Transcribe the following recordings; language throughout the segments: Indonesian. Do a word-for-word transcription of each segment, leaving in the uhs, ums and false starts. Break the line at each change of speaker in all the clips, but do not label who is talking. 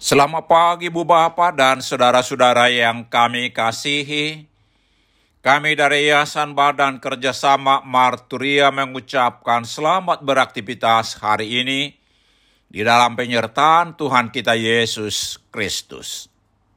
Selamat pagi Bu Bapak dan saudara-saudara yang kami kasihi. Kami dari Yayasan Badan Kerjasama Marturia mengucapkan selamat beraktivitas hari ini di dalam penyertaan Tuhan kita Yesus Kristus.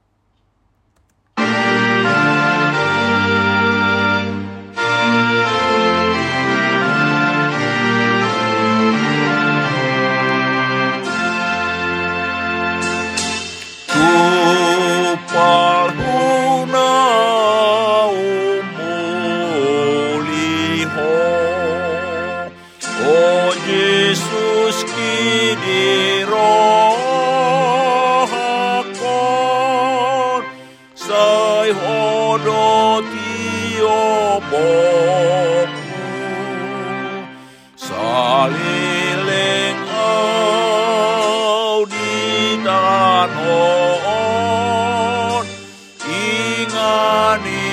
Saliling au di tanon, ingani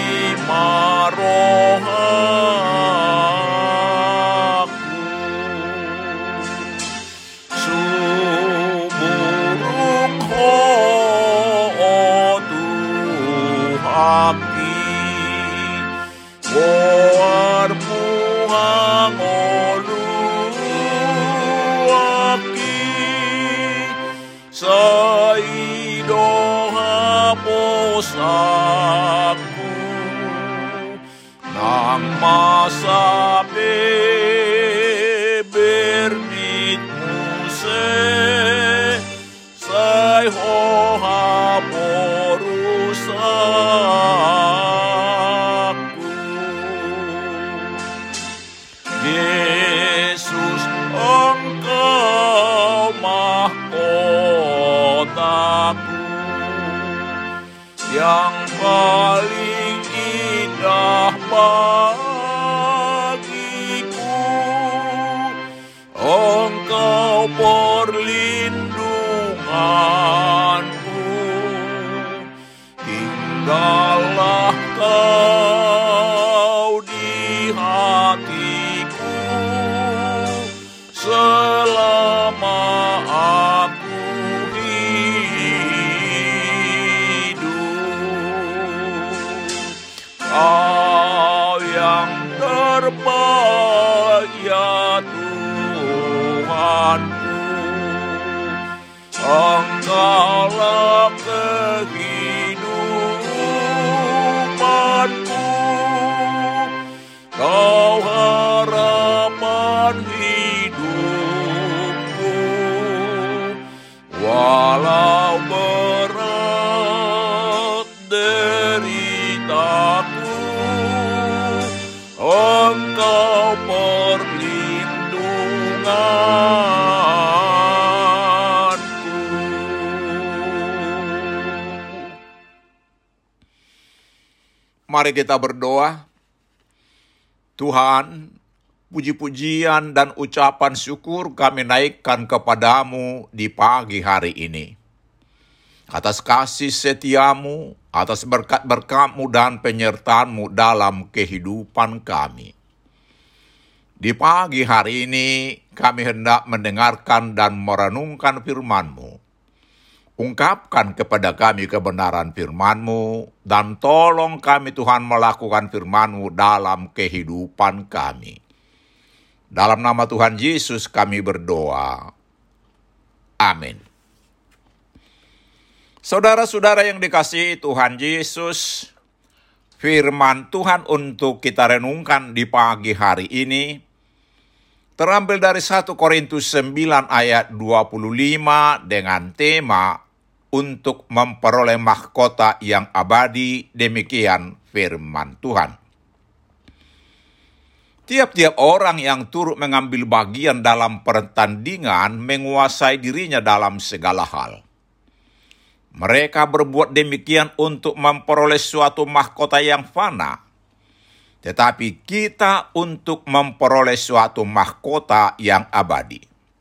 marohaku. Sumuruk ho Tuhaki, warmu Saido haposaku nang masa bernit muse sai ho haporusaku. Yesus, Engkau mahkotaku yang paling indah bagiku. Engkau perlindunganku, tinggallah Kau di hatiku selama aku Kau yang terbaik ya Tuhanku, Engkaulah kehidupanku, Kau harapan hidupku, walau berat deritaku, Engkau perlindunganku.
Mari kita berdoa. Tuhan, puji-pujian dan ucapan syukur kami naikkan kepadamu di pagi hari ini. Atas kasih setiamu, atas berkat-berkat-mu dan penyertaan-mu dalam kehidupan kami. Di pagi hari ini kami hendak mendengarkan dan merenungkan firman-Mu. Ungkapkan kepada kami kebenaran firman-Mu dan tolong kami Tuhan melakukan firman-Mu dalam kehidupan kami. Dalam nama Tuhan Yesus kami berdoa. Amin. Saudara-saudara yang dikasihi Tuhan Yesus, firman Tuhan untuk kita renungkan di pagi hari ini terambil dari satu Korintus sembilan ayat dua puluh lima dengan tema untuk memperoleh mahkota yang abadi, demikian firman Tuhan. Tiap-tiap orang yang turut mengambil bagian dalam pertandingan menguasai dirinya dalam segala hal. Mereka berbuat demikian untuk memperoleh suatu mahkota yang fana, tetapi kita untuk memperoleh suatu mahkota yang abadi.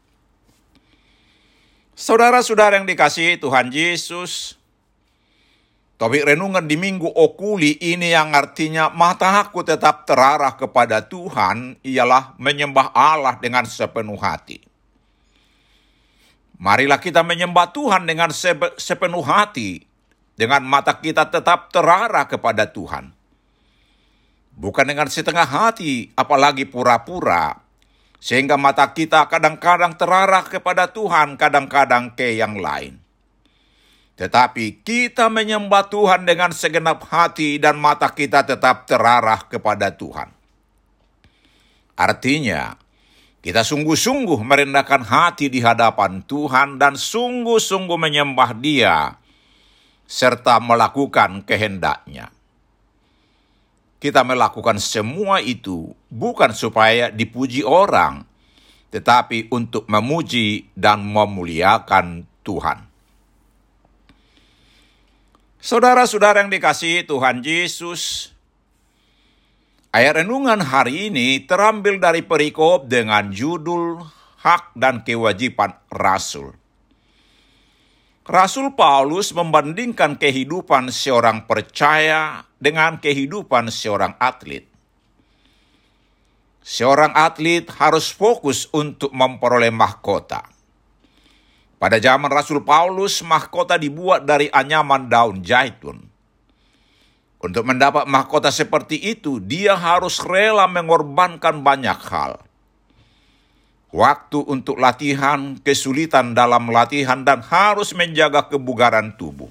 Saudara-saudara yang dikasihi Tuhan Yesus, topik renungan di Minggu Okuli ini yang artinya mata aku tetap terarah kepada Tuhan ialah menyembah Allah dengan sepenuh hati. Marilah kita menyembah Tuhan dengan sepenuh hati, dengan mata kita tetap terarah kepada Tuhan. Bukan dengan setengah hati, apalagi pura-pura, sehingga mata kita kadang-kadang terarah kepada Tuhan, kadang-kadang ke yang lain. Tetapi kita menyembah Tuhan dengan segenap hati dan mata kita tetap terarah kepada Tuhan. Artinya, kita sungguh-sungguh merendahkan hati di hadapan Tuhan dan sungguh-sungguh menyembah Dia, serta melakukan kehendak-Nya. Kita melakukan semua itu bukan supaya dipuji orang, tetapi untuk memuji dan memuliakan Tuhan. Saudara-saudara yang dikasihi Tuhan Yesus, ayat renungan hari ini terambil dari perikop dengan judul Hak dan Kewajiban Rasul. Rasul Paulus membandingkan kehidupan seorang percaya dengan kehidupan seorang atlet. Seorang atlet harus fokus untuk memperoleh mahkota. Pada zaman Rasul Paulus, mahkota dibuat dari anyaman daun zaitun. Untuk mendapat mahkota seperti itu, dia harus rela mengorbankan banyak hal. Waktu untuk latihan, kesulitan dalam latihan, dan harus menjaga kebugaran tubuh.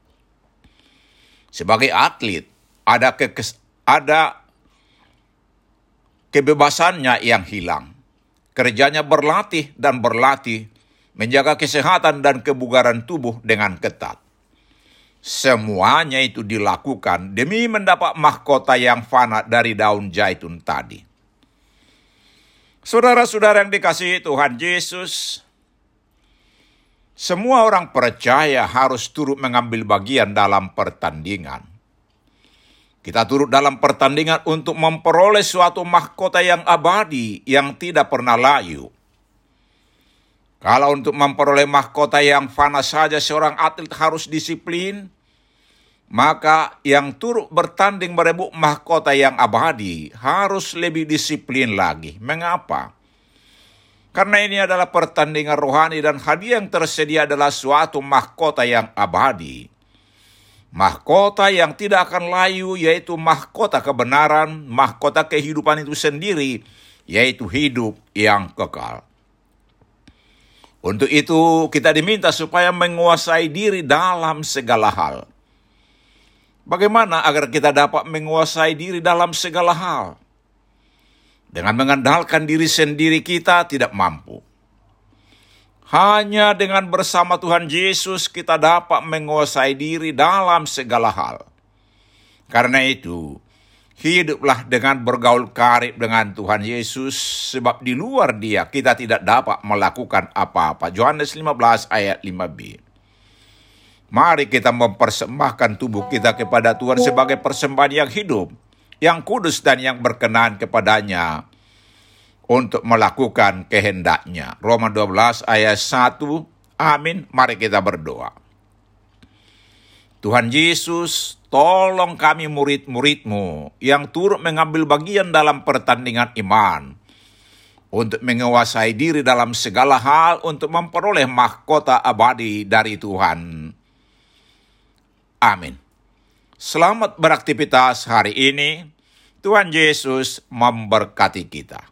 Sebagai atlet, ada, kekes, ada kebebasannya yang hilang. Kerjanya berlatih dan berlatih, menjaga kesehatan dan kebugaran tubuh dengan ketat. Semuanya itu dilakukan demi mendapat mahkota yang fana dari daun zaitun tadi. Saudara-saudara yang dikasihi Tuhan Yesus, semua orang percaya harus turut mengambil bagian dalam pertandingan. Kita turut dalam pertandingan untuk memperoleh suatu mahkota yang abadi yang tidak pernah layu. Kalau untuk memperoleh mahkota yang fana saja seorang atlet harus disiplin, maka yang turut bertanding merebut mahkota yang abadi harus lebih disiplin lagi. Mengapa? Karena ini adalah pertandingan rohani dan hadiah yang tersedia adalah suatu mahkota yang abadi. Mahkota yang tidak akan layu, yaitu mahkota kebenaran, mahkota kehidupan itu sendiri, yaitu hidup yang kekal. Untuk itu kita diminta supaya menguasai diri dalam segala hal. Bagaimana agar kita dapat menguasai diri dalam segala hal? Dengan mengandalkan diri sendiri kita tidak mampu. Hanya dengan bersama Tuhan Yesus kita dapat menguasai diri dalam segala hal. Karena itu, hiduplah dengan bergaul karib dengan Tuhan Yesus, sebab di luar Dia kita tidak dapat melakukan apa-apa. Yohanes lima belas ayat lima b. Mari kita mempersembahkan tubuh kita kepada Tuhan sebagai persembahan yang hidup, yang kudus dan yang berkenan kepadanya untuk melakukan kehendak-Nya. Roma dua belas ayat satu. Amin. Mari kita berdoa. Tuhan Yesus, tolong kami murid-murid-Mu yang turut mengambil bagian dalam pertandingan iman, untuk menguasai diri dalam segala hal untuk memperoleh mahkota abadi dari Tuhan. Amin. Selamat beraktivitas hari ini. Tuhan Yesus memberkati kita.